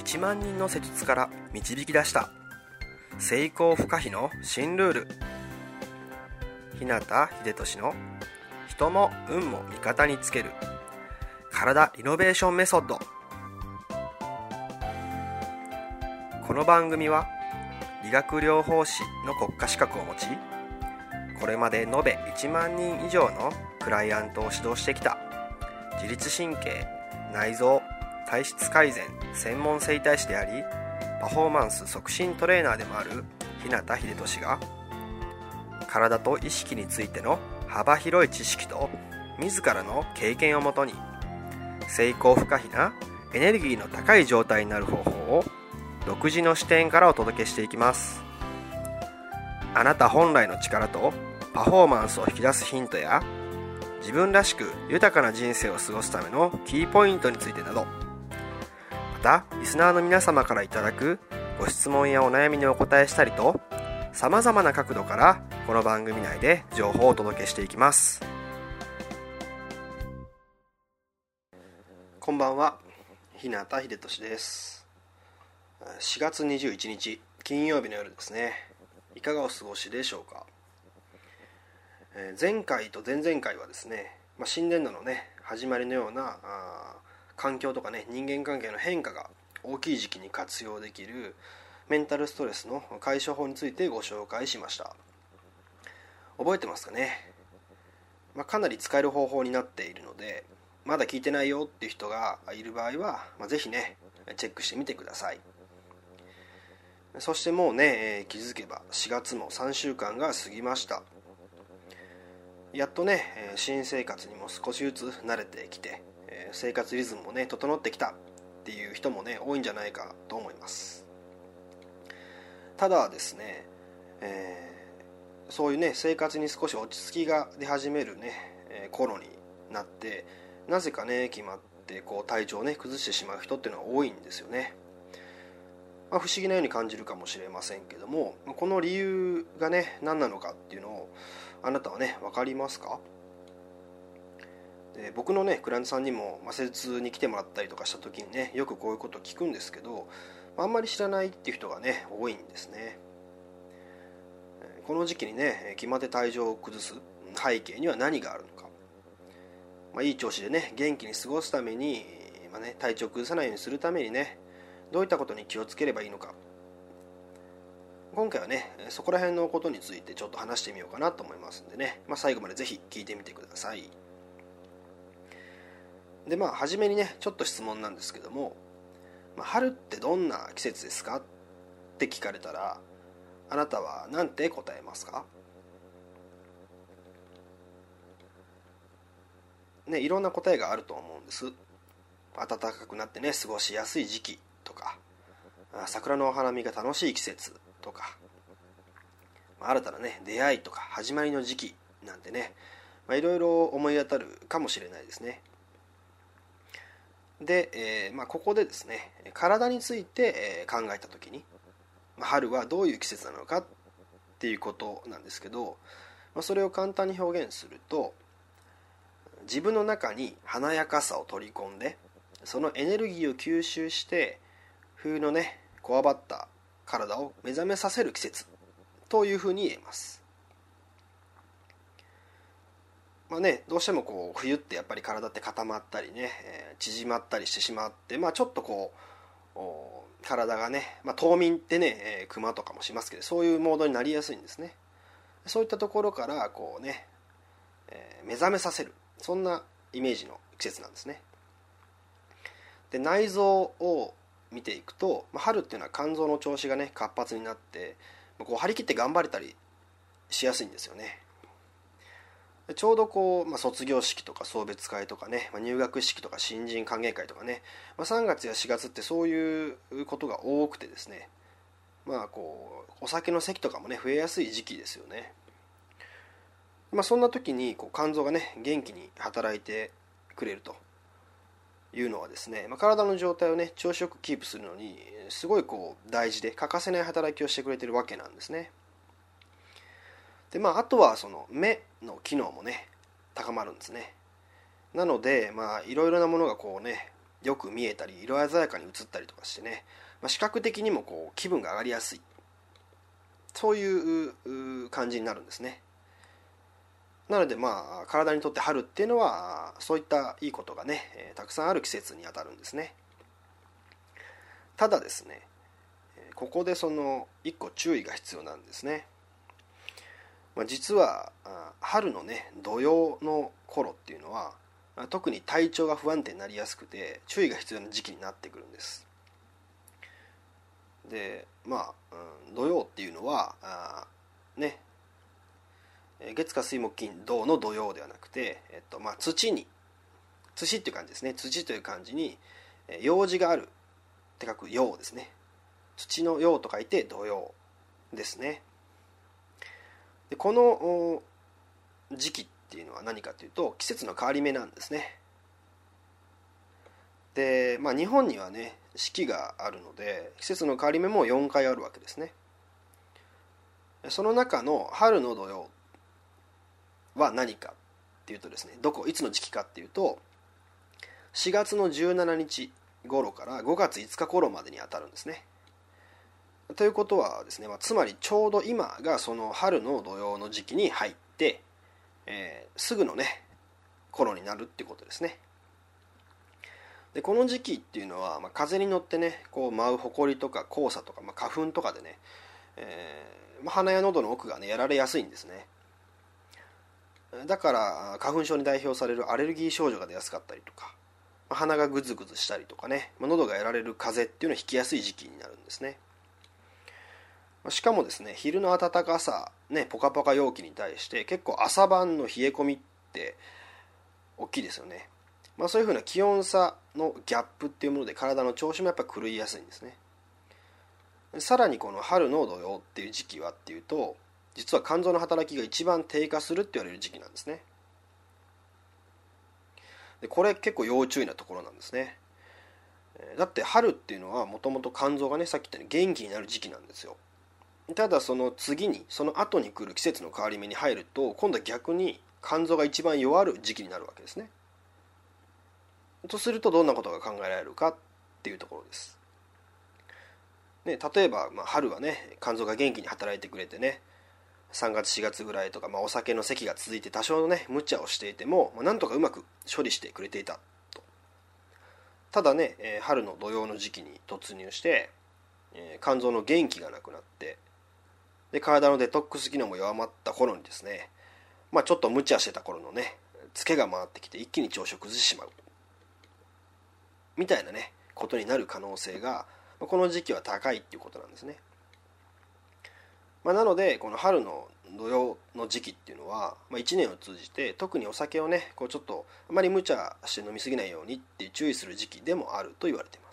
1万人の施術から導き出した成功不可避の新ルール。日向秀俊の人も運も味方につける体リノベーションメソッド。この番組は理学療法士の国家資格を持ち、これまで延べ1万人以上のクライアントを指導してきた自律神経、内臓、体質改善専門整体師であり、パフォーマンス促進トレーナーでもある日向秀俊が、体と意識についての幅広い知識と自らの経験をもとに、成功不可避なエネルギーの高い状態になる方法を独自の視点からお届けしていきます。あなた本来の力とパフォーマンスを引き出すヒントや、自分らしく豊かな人生を過ごすためのキーポイントについてなど、またリスナーの皆様からいただくご質問やお悩みにお答えしたりと、さまざまな角度からこの番組内で情報をお届けしていきます。こんばんは、日向秀俊です。4月21日金曜日の夜ですね。いかがお過ごしでしょうか。前回と前々回はですね、新年度のね始まりのような環境とかね、人間関係の変化が大きい時期に活用できるメンタルストレスの解消法についてご紹介しました。覚えてますかね。かなり使える方法になっているので、まだ聞いてないよっていう人がいる場合は、ぜひねチェックしてみてください。そしてもうね、気づけば4月も3週間が過ぎました。やっとね新生活にも少しずつ慣れてきて、生活リズムもね整ってきたっていう人もね多いんじゃないかと思います。ただですね、そういうね生活に少し落ち着きが出始めるね、頃になって、なぜかね決まって体調をね崩してしまう人っていうのは多いんですよね。不思議なように感じるかもしれませんけども、この理由がね何なのかっていうのをあなたはね分かりますか。で、僕のねクライアントさんにも、施術に来てもらったりとかした時にね、よくこういうことを聞くんですけど、あんまり知らないっていう人がね多いんですね。この時期にね決まって体調を崩す背景には何があるのか、いい調子でね元気に過ごすために、体調を崩さないようにするためにね、どういったことに気をつければいいのか、今回はねそこら辺のことについてちょっと話してみようかなと思いますんでね、最後までぜひ聞いてみてください。で、初めにねちょっと質問なんですけども、春ってどんな季節ですかって聞かれたら、あなたは何て答えますかね。いろんな答えがあると思うんです。暖かくなってね過ごしやすい時期とか、桜のお花見が楽しい季節とか、新たなね出会いとか始まりの時期なんてね、いろいろ思い当たるかもしれないですね。で、ここでですね体について考えた時に、春はどういう季節なのかっていうことなんですけど、それを簡単に表現すると、自分の中に華やかさを取り込んで、そのエネルギーを吸収して冬のねこわばった体を目覚めさせる季節というふうに言えます。どうしても冬ってやっぱり体って固まったりね、縮まったりしてしまって、ちょっと体がね、冬眠ってね、クマとかもしますけど、そういうモードになりやすいんですね。そういったところから目覚めさせる、そんなイメージの季節なんですね。で、内臓を見ていくと、春っていうのは肝臓の調子がね活発になって、張り切って頑張れたりしやすいんですよね。ちょうど卒業式とか送別会とかね、入学式とか新人歓迎会とかね、3月や4月ってそういうことが多くてですね、お酒の席とかもね増えやすい時期ですよね。そんな時に肝臓がね元気に働いてくれるというのはですね、体の状態をね調子よくキープするのにすごい大事で欠かせない働きをしてくれてるわけなんですね。で、あとはその目の機能もね高まるんですね。なのでいろいろなものがよく見えたり色鮮やかに映ったりとかしてね、視覚的にもこう気分が上がりやすい、そういう感じになるんですね。なので体にとって春っていうのはそういったいいことがね、たくさんある季節にあたるんですね。ただですね、ここでその一個注意が必要なんですね。実は春のね土用の頃っていうのは特に体調が不安定になりやすくて注意が必要な時期になってくるんです。で土曜っていうのはね、月火水木金土の土曜ではなくて、土っていう感じですね。土という漢字に用事があるって書く用ですね。土の用と書いて土曜ですね。でこの時期っていうのは何かというと季節の変わり目なんですね。で、日本にはね四季があるので季節の変わり目も4回あるわけですね。その中の春の土曜は何かっていうとですね、いつの時期かっていうと4月の17日頃から5月5日頃までにあたるんですね。ということはですね、つまりちょうど今がその春の土用の時期に入って、すぐのね頃になるっていうことですね。でこの時期っていうのは、風に乗ってねこう舞う埃とか黄砂とか、花粉とかでね、鼻や喉の奥がねやられやすいんですね。だから花粉症に代表されるアレルギー症状が出やすかったりとか、鼻がグズグズしたりとかね、喉がやられる風邪っていうのをひきやすい時期になるんですね。しかもですね、昼の暖かさ、ポカポカ陽気に対して結構朝晩の冷え込みって大きいですよね。そういうふうな気温差のギャップっていうもので体の調子もやっぱ狂いやすいんですね。さらにこの春の土用っていう時期はっていうと、実は肝臓の働きが一番低下するって言われる時期なんですね。でこれ結構要注意なところなんですね。だって春っていうのはもともと肝臓がねさっき言ったように元気になる時期なんですよ。ただその後に来る季節の変わり目に入ると今度は逆に肝臓が一番弱る時期になるわけですね。とするとどんなことが考えられるかっていうところです。例えば、春はね肝臓が元気に働いてくれてね、3月4月ぐらいとか、お酒の咳が続いて多少のね無茶をしていても、なんとかうまく処理してくれていたと。ただね、春の土用の時期に突入して、肝臓の元気がなくなって、で体のデトックス機能も弱まった頃にですね、ちょっと無茶してた頃のねツケが回ってきて一気に調子を崩してしまうみたいなねことになる可能性がこの時期は高いっていうことなんですね。なのでこの春の土用の時期っていうのは、1年を通じて特にお酒をねこうちょっとあまり無茶して飲みすぎないようにって注意する時期でもあると言われています。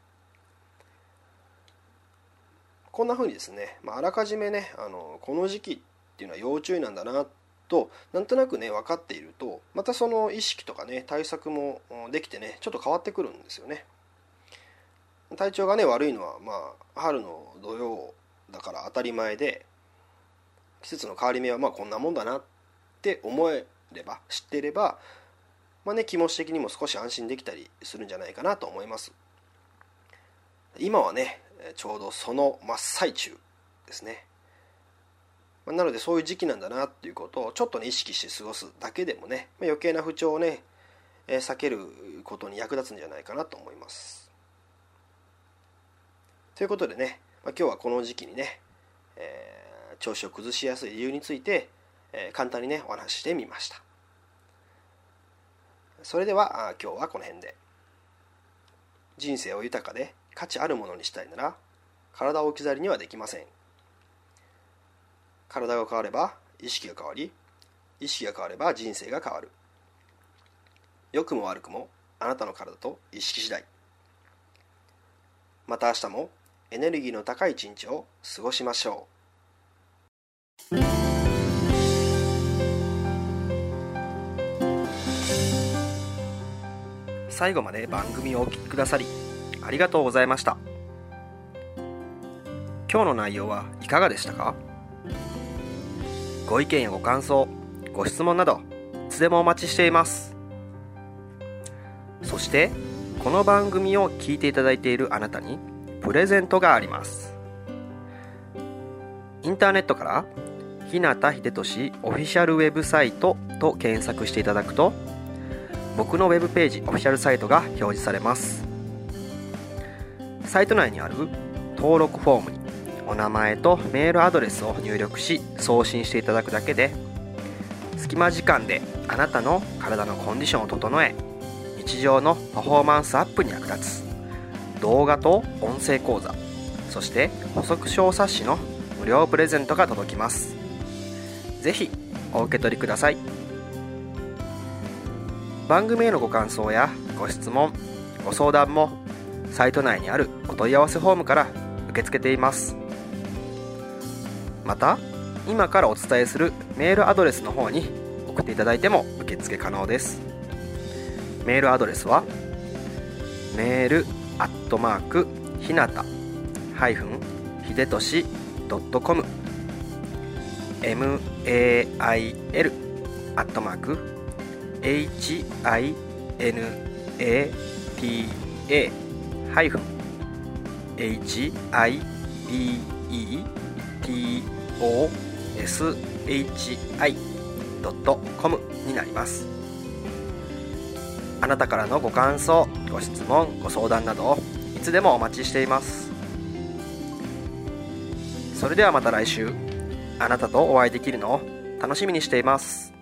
こんな風にですね、あらかじめねこの時期っていうのは要注意なんだなとなんとなくね分かっていると、またその意識とかね対策もできてねちょっと変わってくるんですよね。体調がね悪いのは春の土曜だから当たり前で、季節の変わり目はこんなもんだなって思えれば知っていれば、気持ち的にも少し安心できたりするんじゃないかなと思います。今はねちょうどその真っ最中ですね。なのでそういう時期なんだなっていうことをちょっとね意識して過ごすだけでもね、余計な不調をね避けることに役立つんじゃないかなと思います。ということでね、今日はこの時期にね、調子を崩しやすい理由について、簡単にねお話ししてみました。それでは今日はこの辺で。人生を豊かで価値あるものにしたいなら体を置き去りにはできません。体が変われば意識が変わり、意識が変われば人生が変わる。良くも悪くもあなたの体と意識次第。また明日もエネルギーの高い一日を過ごしましょう。最後まで番組をお聞きくださりありがとうございました。今日の内容はいかがでしたか？ご意見やご感想、ご質問などいつでもお待ちしています。そしてこの番組を聞いていただいているあなたにプレゼントがあります。インターネットから日向秀俊オフィシャルウェブサイトと検索していただくと、僕のウェブページオフィシャルサイトが表示されます。サイト内にある登録フォームにお名前とメールアドレスを入力し送信していただくだけで、隙間時間であなたの体のコンディションを整え、日常のパフォーマンスアップに役立つ動画と音声講座、そして補足小冊子の無料プレゼントが届きます。ぜひお受け取りください。番組へのご感想やご質問、ご相談もサイト内にあるお問い合わせフォームから受け付けています。また、今からお伝えするメールアドレスの方に送っていただいても受付可能です。メールアドレスはメールひなた秀俊.com mail hinata-hidetoshi.com になります。あなたからのご感想、ご質問、ご相談などいつでもお待ちしています。それではまた来週、あなたとお会いできるのを楽しみにしています。